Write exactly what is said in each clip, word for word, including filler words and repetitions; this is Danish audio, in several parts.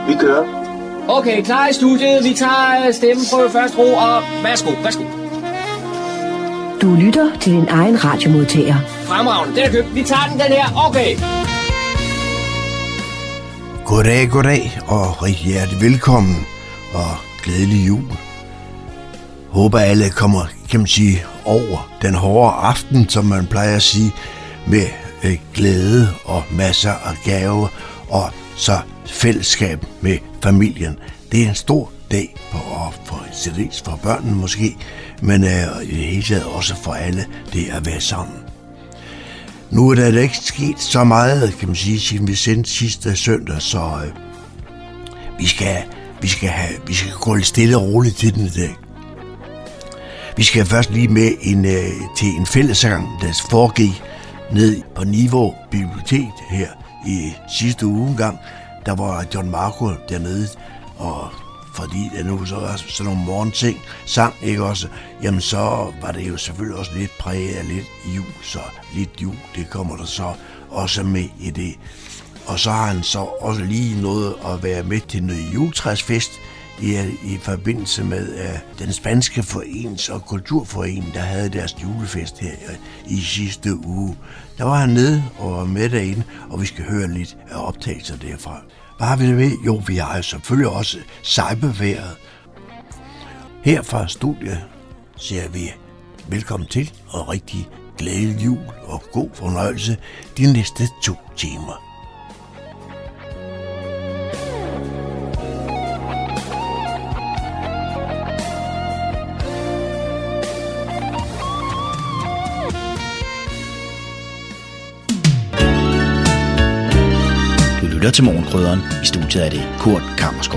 Vi kører. Okay, klar i studiet. Vi tager stemmeprøve først, ro, og værsgo, værsgo. Du lytter til din egen radiomodtager. Fremragende, den er købt. Vi tager den, den her. Okay. Goddag, goddag, og rigtig hjertelig velkommen, og glædelig jul. Håber alle kommer, kan man sige, over den hårde aften, som man plejer at sige, med øh, glæde og masser af gaver, og så fællesskab med familien. Det er en stor dag for, for, for, for børnene måske, men øh, i det hele taget også for alle, det at være sammen. Nu er der ikke sket så meget, kan man sige, siden vi sendte sidste søndag, så øh, vi, skal, vi, skal have, vi skal gå lidt stille og roligt til den i dag. Vi skal først lige med en, øh, til en fællessang, der foregik ned på Niveau Bibliotek her i sidste uge engang. Der var John Marco dernede, og fordi det nu så var sådan nogle morgenting sang, ikke også, jamen så var det jo selvfølgelig også lidt præget af lidt jul, så lidt jul, det kommer der så også med i det. Og så har han så også lige noget at være med til noget juletræsfest i, i forbindelse med uh, den spanske forenings- og kulturforening, der havde deres julefest her i sidste uge. Der var han nede og var med derinde, og vi skal høre lidt af optagelser derfra. Hvad har vi det med? Jo, vi har jo selvfølgelig også sejbeværet. Her fra studiet siger vi velkommen til, og rigtig glædelig jul og god fornøjelse de næste to timer. Du lytter til Morgenkrydderen. I studiet er det Kurt Kammerskov.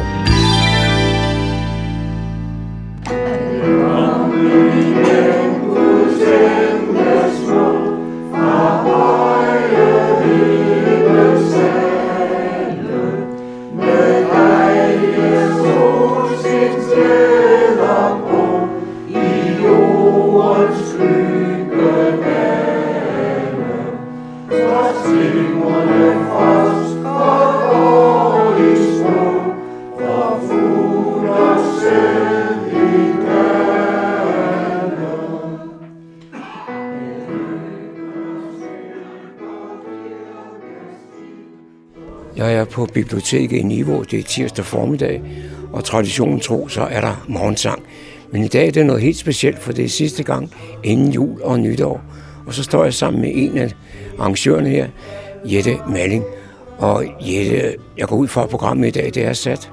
Jeg er på biblioteket i Niveau, det er tirsdag formiddag, og traditionen tro, så er der morgensang. Men i dag er det noget helt specielt, for det er sidste gang inden jul og nytår. Og så står jeg sammen med en af arrangørerne her, Jette Malling. Og Jette, jeg går ud fra programmet i dag, det er sat.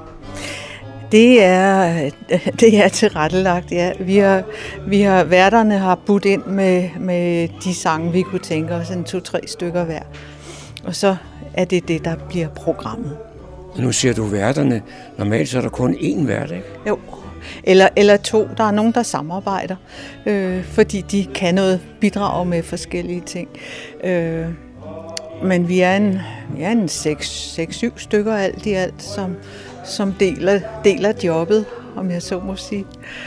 Det er, det er tilrettelagt, ja. Vi har, vi har, værterne har budt ind med, med de sange, vi kunne tænke os, en to-tre stykker hver. Og så er det det, der bliver programmet. Nu siger du værterne. Normalt så er der kun én vært, ikke? Jo, eller, eller to. Der er nogen, der samarbejder, øh, fordi de kan noget bidrage med forskellige ting. Øh, men vi er en, vi er en seks, syv stykker alt i alt, som, som deler, deler jobbet, om jeg så må sige,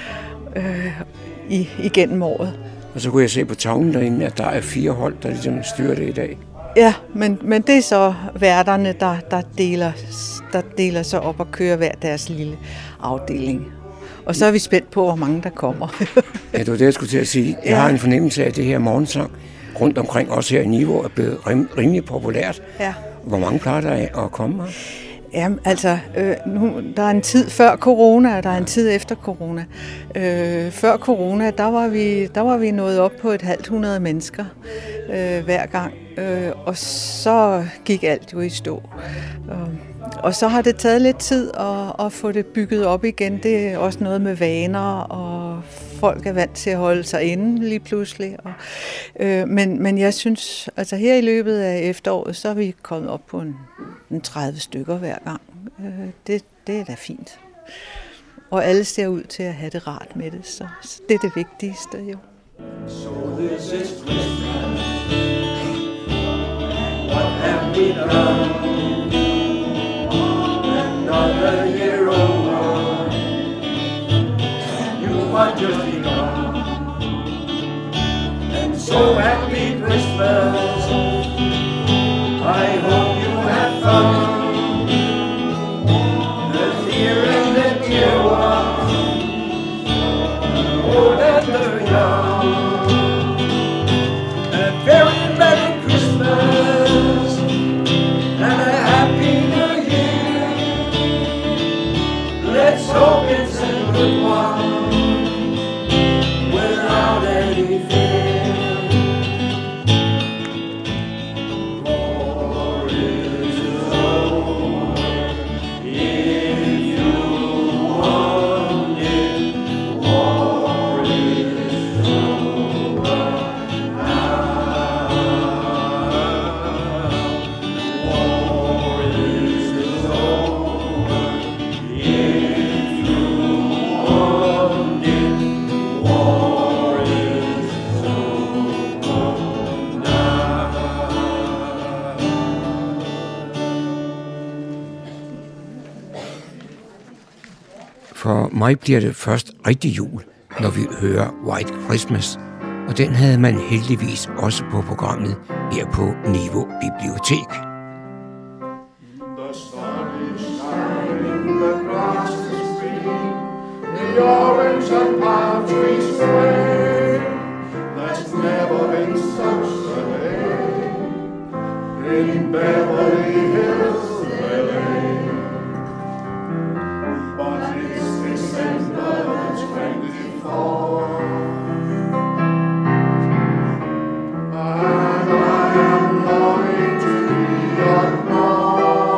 øh, i, igennem året. Og så kunne jeg se på tavlen derinde, at der er fire hold, der ligesom styrer det i dag. Ja, men, men det er så værterne, der, der, deler, der deler sig op og kører hver deres lille afdeling. Og så er vi spændt på, hvor mange der kommer. Ja, det var det, jeg skulle til at sige. Jeg ja. har en fornemmelse af, at det her morgensang rundt omkring, også her i Niveau, er blevet rim, rimelig populært. Ja. Hvor mange plejer der at komme her? Jamen, altså, øh, nu, der er en tid før corona, og der er en tid efter corona. Øh, før corona, der var, vi, der var vi nået op på et halvt hundrede mennesker øh, hver gang. Øh, og så gik alt jo i stå. Øh, og så har det taget lidt tid at, at få det bygget op igen. Det er også noget med vaner, og folk er vant til at holde sig inde lige pludselig. Og, øh, men, men jeg synes, altså her i løbet af efteråret, så er vi kommet op på en, en tredive stykker hver gang. Øh, det, det er da fint. Og alle ser ud til at have det rart med det, så, så det er det vigtigste jo. So this is Christmas. What have we done? Another year over. You are just begun. And so happy Christmas. I hope you have fun. mig bliver det først rigtig jul, når vi hører White Christmas. Og den havde man heldigvis også på programmet her på Niveau Bibliotek. The sun is shining, the grass is green, the orange and palm trees sway. There's never been such a day in Beverly Hills, L A. But it's December twenty-fourth, and I am longing to be up north.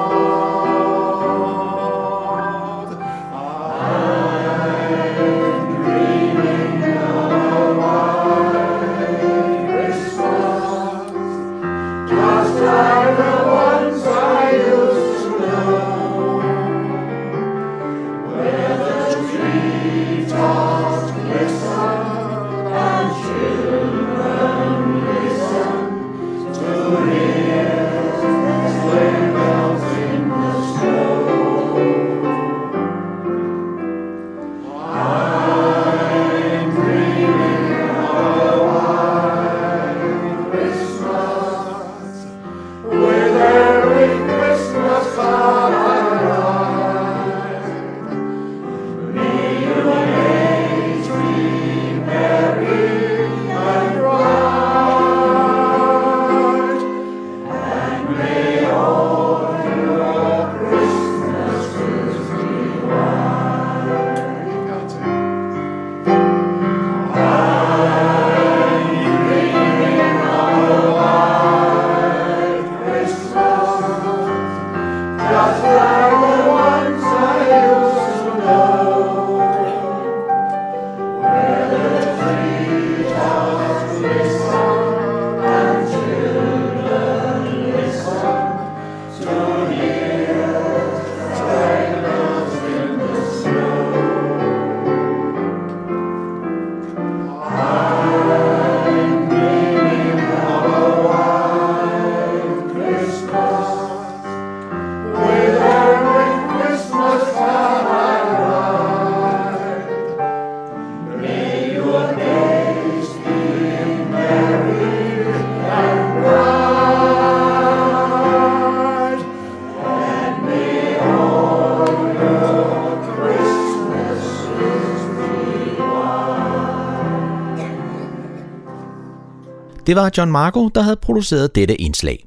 Det var John Marco, der havde produceret dette indslag.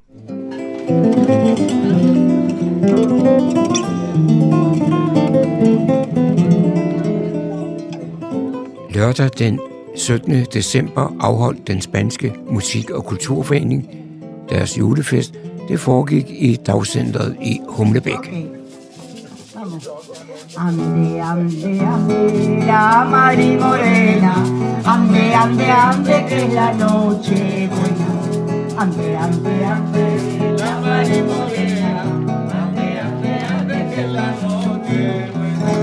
Lørdag den syttende december afholdt den spanske musik- og kulturforening deres julefest. Det foregik i dagcentret i Humlebæk. Okay. Ande, ande, ande, la Mari Morena. Ande, ande, ande, que la noche buena. Ande, ande, ande, la Mari Morena. Ande, ande, ande, que la noche buena.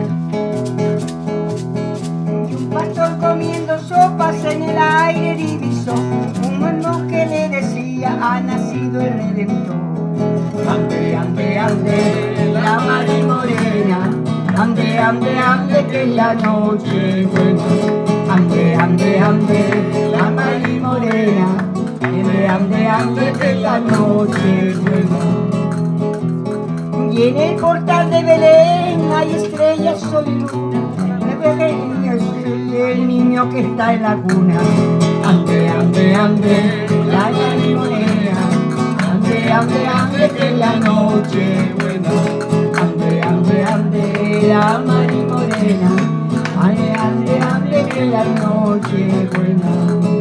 Y un pastor comiendo sopas en el aire divisó un mundo que le decía: ha nacido el Redentor. Ande, ande, ande, la Mari Morena. Ande, ande, ande, que la noche buena. Ande, ande, ande, la Mari Morena. Ande, ande, ande, que la noche buena. Y en el portal de Belén hay estrellas, sol y luna. Y el niño que está en la cuna. Ande, ande, ande, la Mari Morena. Ande, ande, ande, que la noche buena. Ande, ande, ande, la Mari Morena. Ande, ande, ande, que la noche buena.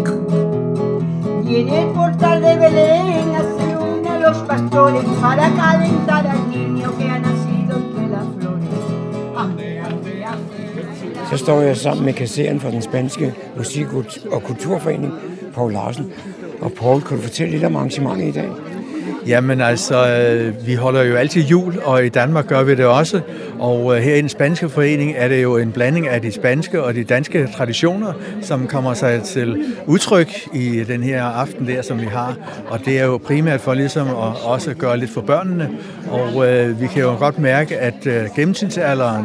Y en el portal de Belén hace una los pastores para calentar al niño que ha nacido entre las flores. Ande, ande, ande. Så står jeg sammen med kasseren fra den spanske musik- og kulturforening, Poul Larsen. Og Poul, kan du fortælle lidt om arrangementet i dag? Jamen altså, vi holder jo altid jul, og i Danmark gør vi det også. Og her i den spanske forening er det jo en blanding af de spanske og de danske traditioner, som kommer sig til udtryk i den her aften der, som vi har. Og det er jo primært for ligesom at også gøre lidt for børnene. Og øh, vi kan jo godt mærke, at øh, gennemsnitsalderen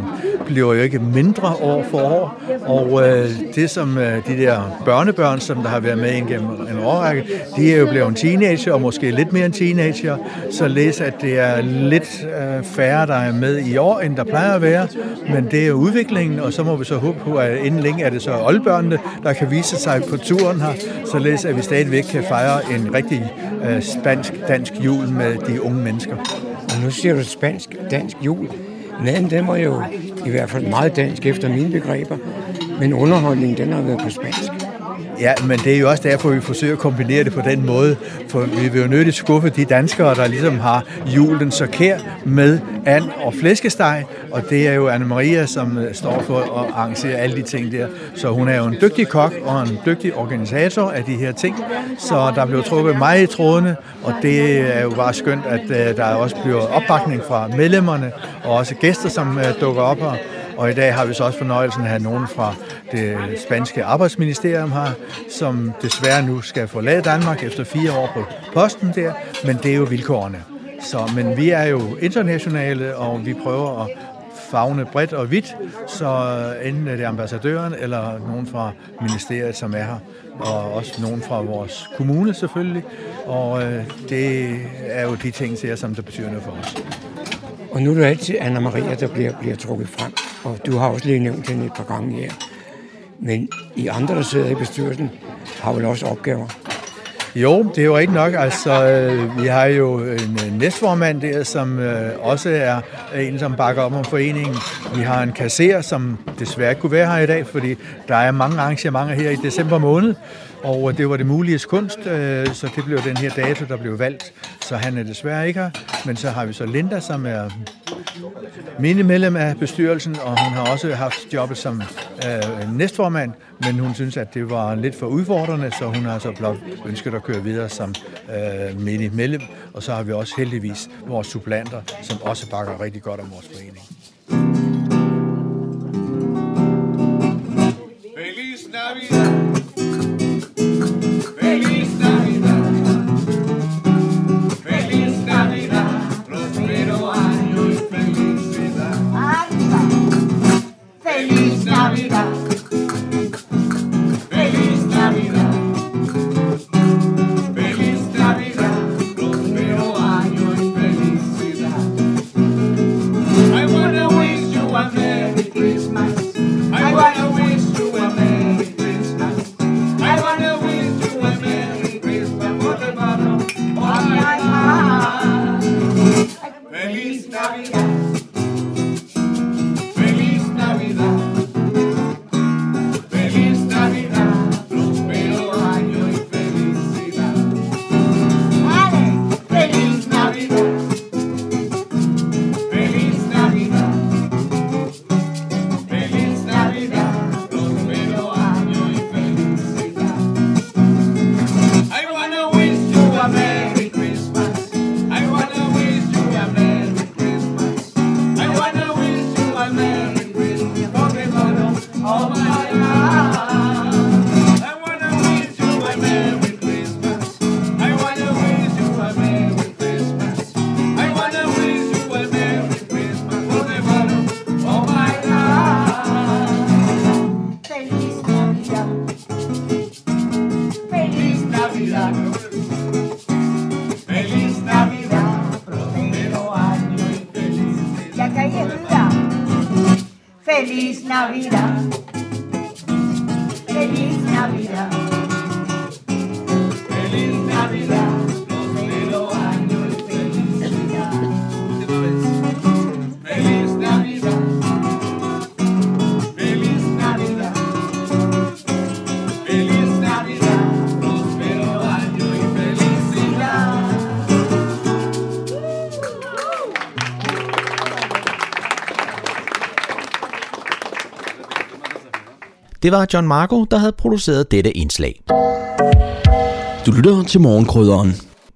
bliver jo ikke mindre år for år, og øh, det som øh, de der børnebørn, som der har været med igennem en årrække, de er jo blevet teenager, og måske lidt mere end teenager, så læs, at det er lidt øh, færre, der er med i år, end der plejer at være, men det er udviklingen, og så må vi så håbe på, at inden længe er det så oldbørnene, der kan vise sig på turen her, så læs, at vi stadigvæk kan fejre en rigtig øh, spansk-dansk jul med de unge mennesker. Og nu siger du spansk-dansk jul. Maden, den var jo i hvert fald meget dansk efter mine begreber, men underholdningen, den har været på spansk. Ja, men det er jo også derfor, vi forsøger at kombinere det på den måde, for vi vil jo nødigt skuffe de danskere, der ligesom har julen så kær med and og flæskesteg, og det er jo Anne-Maria, som står for at arrangere alle de ting der. Så hun er jo en dygtig kok og en dygtig organisator af de her ting, så der bliver trukket meget i trådene, og det er jo bare skønt, at der også bliver opbakning fra medlemmerne og også gæster, som dukker op her. Og i dag har vi så også fornøjelsen af at have nogen fra det spanske arbejdsministerium her, som desværre nu skal forlade Danmark efter fire år på posten der, men det er jo vilkårene. Så, men vi er jo internationale, og vi prøver at favne bredt og vidt, så enten er det ambassadøren eller nogen fra ministeriet, som er her, og også nogen fra vores kommune selvfølgelig, og øh, det er jo de ting, som der betyder noget for os. Og nu er det altid Anna-Maria, der bliver, bliver trukket frem, og du har også lige nævnt hende et par gange her. Men I andre, der sidder i bestyrelsen, har vel også opgaver? Jo, det er jo ikke nok. Altså, øh, vi har jo en næstformand der, som øh, også er en, som bakker op om foreningen. Vi har en kasserer, som desværre ikke kunne være her i dag, fordi der er mange arrangementer her i december måned, og det var det muliges kunst, øh, så det blev den her dato, der blev valgt. Så han er desværre ikke her. Men så har vi så Linda, som er mindemedlem af bestyrelsen, og hun har også haft jobbet som øh, næstformand, men hun synes, at det var lidt for udfordrende, så hun har så blot ønsket at køre videre som øh, mindemedlem. Og så har vi også heldigvis vores supplanter, som også bakker rigtig godt om vores forening. Feliz Navidad. Feliz Navidad. Feliz Navidad. Prospero año y felicidad. Feliz Navidad. Feliz Navidad. Feliz Navidad. Prospero año y felicidad. I wanna wish you a Merry Christmas. I wanna wish you a Merry Christmas. I wanna wish you a Merry Christmas for the bottom of my heart. Feliz Navidad. Feliz Navidad. Feliz Navidad. Prospero año y felicidad. Feliz Navidad. Feliz Navidad. Feliz Navidad. Prospero año y felicidad. I wanna wish you a Merry Christmas. I wanna wish you a Merry Christmas. I wanna wish you a Merry Christmas for the bottom of my heart. I wanna wish you a Merry Christmas. I wanna wish you a Merry Christmas. I wanna wish you a Merry Christmas for the bottom of my heart. Feliz Navidad. Feliz Navidad. Feliz Navidad. Prospero año y felicidad. Y acá hay ayuda. Feliz Navidad. Feliz Navidad. Feliz Navidad. Prospero año y felicidad. Feliz Navidad. Feliz Navidad. Feliz Navidad. Prospero año y felicidad. Det var John Marco, der havde produceret dette indslag. Du lytter til Morgenkrydderen.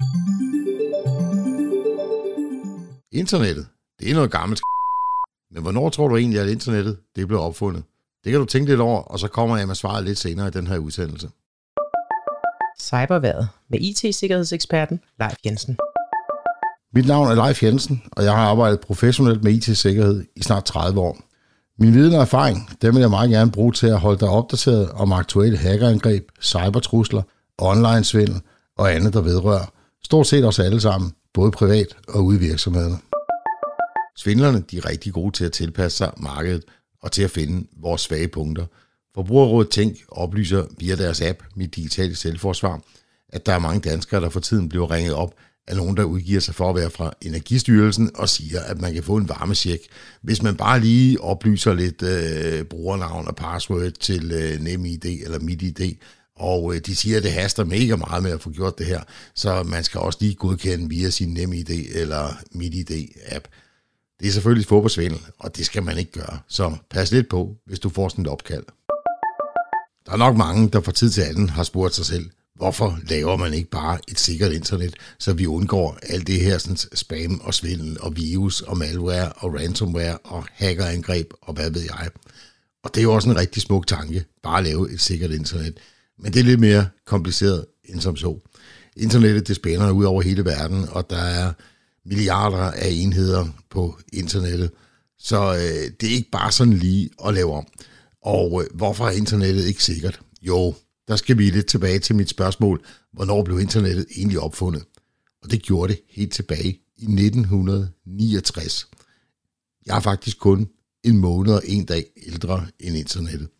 Internettet, det er noget gammelt. Men hvornår tror du egentlig, at internettet det blev opfundet? Det kan du tænke lidt over, og så kommer jeg med svaret lidt senere i den her udsendelse. Cyberværet med I T-sikkerhedseksperten Leif Jensen. Mit navn er Leif Jensen, og jeg har arbejdet professionelt med I T-sikkerhed i snart tredive år. Min viden og erfaring, den vil jeg meget gerne bruge til at holde dig opdateret om aktuelle hackerangreb, cybertrusler, online-svindel og andet, der vedrører stort set os alle sammen, både privat og ude i virksomhederne. Svindlerne, de er rigtig gode til at tilpasse sig markedet og til at finde vores svage punkter. Forbrugerrådet Tænk oplyser via deres app Mit Digitale Selvforsvar, at der er mange danskere, der for tiden bliver ringet op af nogen, der udgiver sig for at være fra Energistyrelsen og siger, at man kan få en varmecheck, hvis man bare lige oplyser lidt øh, brugernavn og password til øh, NemID eller MitID. Og øh, de siger, at det haster mega meget med at få gjort det her, så man skal også lige godkende via sin NemID eller MitID-app. Det er selvfølgelig få på svindel, og det skal man ikke gøre. Så pas lidt på, hvis du får sådan et opkald. Der er nok mange, der fra tid til anden har spurgt sig selv, hvorfor laver man ikke bare et sikkert internet, så vi undgår alt det her sådan, spam og svindel og virus og malware og ransomware og hackerangreb og hvad ved jeg. Og det er jo også en rigtig smuk tanke, bare at lave et sikkert internet. Men det er lidt mere kompliceret end som så. Internettet det spænder ud over hele verden, og der er milliarder af enheder på internettet. Så øh, det er ikke bare sådan lige at lave om. Og øh, hvorfor er internettet ikke sikkert? Jo, der skal vi lidt tilbage til mit spørgsmål, hvornår blev internettet egentlig opfundet? Og det gjorde det helt tilbage i nitten niogtres. Jeg er faktisk kun en måned og en dag ældre end internettet.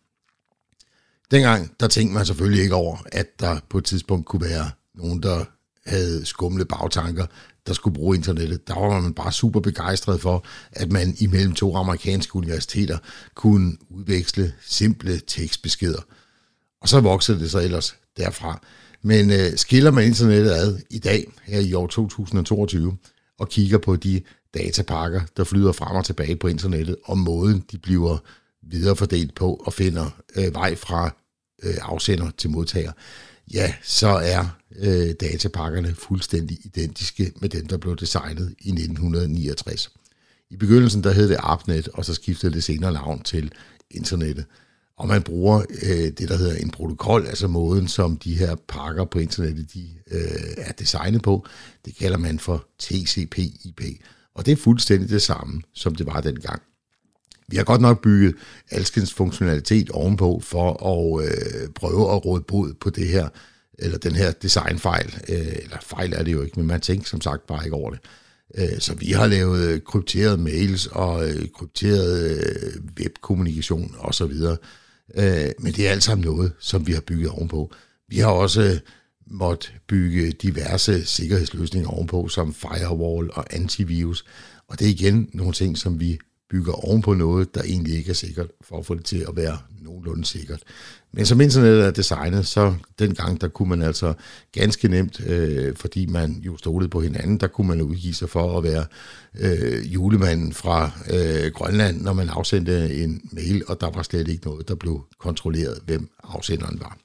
Dengang, der tænkte man selvfølgelig ikke over, at der på et tidspunkt kunne være nogen, der havde skumle bagtanker, der skulle bruge internettet. Der var man bare super begejstret for, at man imellem to amerikanske universiteter kunne udveksle simple tekstbeskeder. Og så voksede det så ellers derfra. Men øh, skiller man internettet ad i dag, her i år to tusind toogtyve, og kigger på de datapakker, der flyder frem og tilbage på internettet, og måden de bliver viderefordelt på og finder øh, vej fra øh, afsender til modtager, ja, så er øh, datapakkerne fuldstændig identiske med dem, der blev designet i nitten niogtres. I begyndelsen der hed det ARPANET, og så skiftede det senere navn til internettet. Og man bruger øh, det, der hedder en protokol, altså måden, som de her pakker på internettet de, øh, er designet på. Det kalder man for T C P I P. Og det er fuldstændig det samme, som det var dengang. Vi har godt nok bygget alskens funktionalitet ovenpå for at øh, prøve at råde bod på det her, eller den her designfejl. Øh, eller fejl er det jo ikke, men man tænker som sagt bare ikke over det. Øh, så vi har lavet krypterede mails og øh, krypteret øh, webkommunikation osv. Øh, men det er alt sammen noget, som vi har bygget ovenpå. Vi har også øh, måttet bygge diverse sikkerhedsløsninger ovenpå, som firewall og antivirus. Og det er igen nogle ting, som vi bygger ovenpå noget, der egentlig ikke er sikkert, for at få det til at være nogenlunde sikkert. Men som internettet er designet, så dengang, der kunne man altså ganske nemt, øh, fordi man jo stolede på hinanden, der kunne man udgive sig for at være øh, julemanden fra øh, Grønland, når man afsendte en mail, og der var slet ikke noget, der blev kontrolleret, hvem afsenderen var.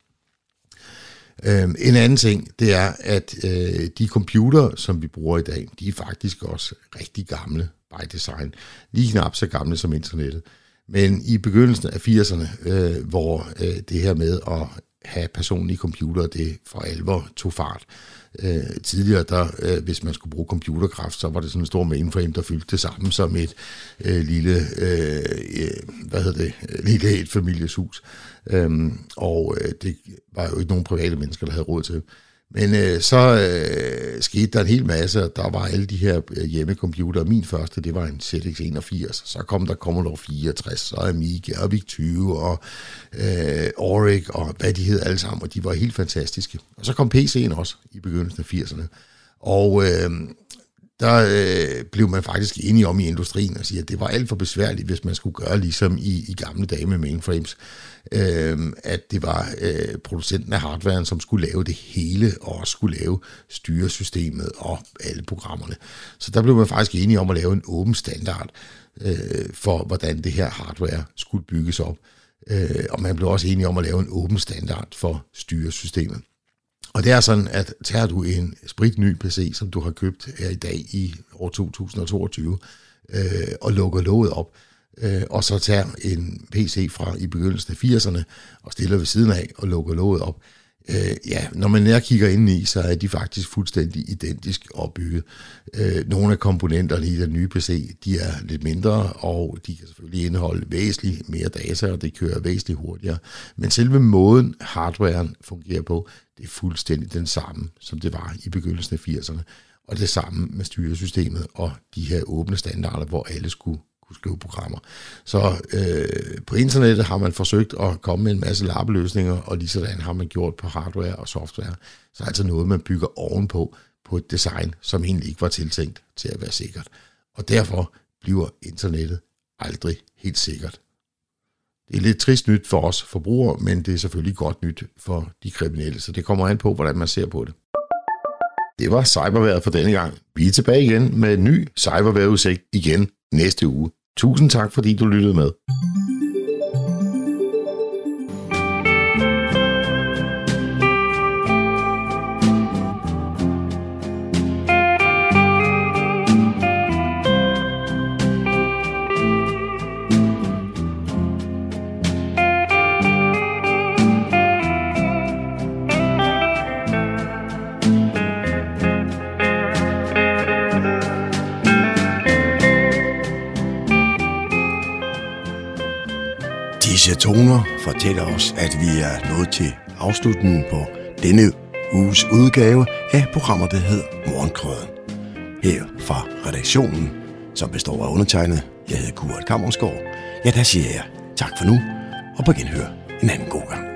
Øh, en anden ting, det er, at øh, de computere, som vi bruger i dag, de er faktisk også rigtig gamle by design. Lige knap så gamle som internettet. Men i begyndelsen af firserne, øh, hvor øh, det her med at have personlige computere, det for alvor tog fart. Øh, tidligere, der, øh, hvis man skulle bruge computerkraft, så var det sådan en stor mainframe, der fyldte det samme som et øh, lille, øh, hvad hedder det, lille et familieshus. Øhm, og øh, det var jo ikke nogen private mennesker, der havde råd til. Men øh, så øh, skete der en hel masse, og der var alle de her øh, hjemmecomputere. Min første, det var en Z X enogfirs, så kom der Commodore fireogtres, så Amiga, og VIC tyve, og øh, Oric, og hvad de hed alle sammen, og de var helt fantastiske. Og så kom P C'en også i begyndelsen af firserne. Og øh, der øh, blev man faktisk enige om i industrien og sige, at det var alt for besværligt, hvis man skulle gøre ligesom i, i gamle dage med mainframes. Øh, at det var øh, producenten af hardwaren, som skulle lave det hele, og også skulle lave styresystemet og alle programmerne. Så der blev man faktisk enige om at lave en åben standard øh, for, hvordan det her hardware skulle bygges op. Øh, og man blev også enige om at lave en åben standard for styresystemet. Og det er sådan, at tager du en spritny P C, som du har købt her i dag i år to tusind toogtyve, øh, og lukker låget op, øh, og så tager en P C fra i begyndelsen af firserne og stiller ved siden af og lukker låget op, Øh, ja, når man nær kigger ind i, så er de faktisk fuldstændig identisk opbygget. Øh, nogle af komponenterne i den nye P C, de er lidt mindre, og de kan selvfølgelig indeholde væsentligt mere data, og det kører væsentligt hurtigere. Men selve måden, hardwaren fungerer på, det er fuldstændig den samme, som det var i begyndelsen af firserne. Og det samme med styresystemet og de her åbne standarder, hvor alle skulle kunne skrive programmer. Så øh, på internettet har man forsøgt at komme med en masse lappeløsninger, og lige sådan har man gjort på hardware og software. Så er altså noget, man bygger ovenpå på et design, som egentlig ikke var tiltænkt til at være sikkert. Og derfor bliver internettet aldrig helt sikkert. Det er lidt trist nyt for os forbrugere, men det er selvfølgelig godt nyt for de kriminelle, så det kommer an på, hvordan man ser på det. Det var cyberværet for denne gang. Vi er tilbage igen med en ny cyberværetudsigt igen næste uge. Tusind tak, fordi du lyttede med. Disse toner fortæller os, at vi er nået til afslutningen på denne uges udgave af programmet, der hedder Morgenkrøden. Her fra redaktionen, som består af undertegnet, jeg hedder Kurt Kammersgaard. Ja, der siger jeg tak for nu, og på genhør en anden god gang.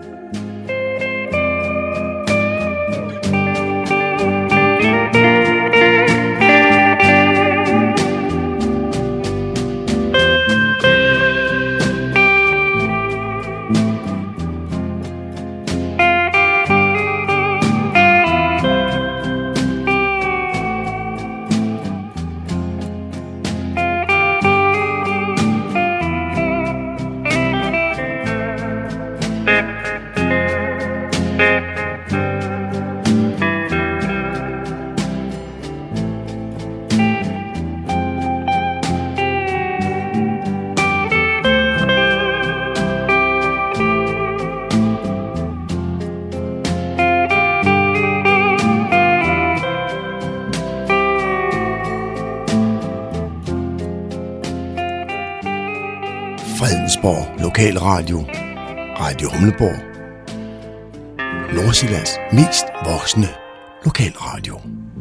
Fredensborg Lokalradio, Radio Humleborg, Nordsjællands mest voksne lokalradio.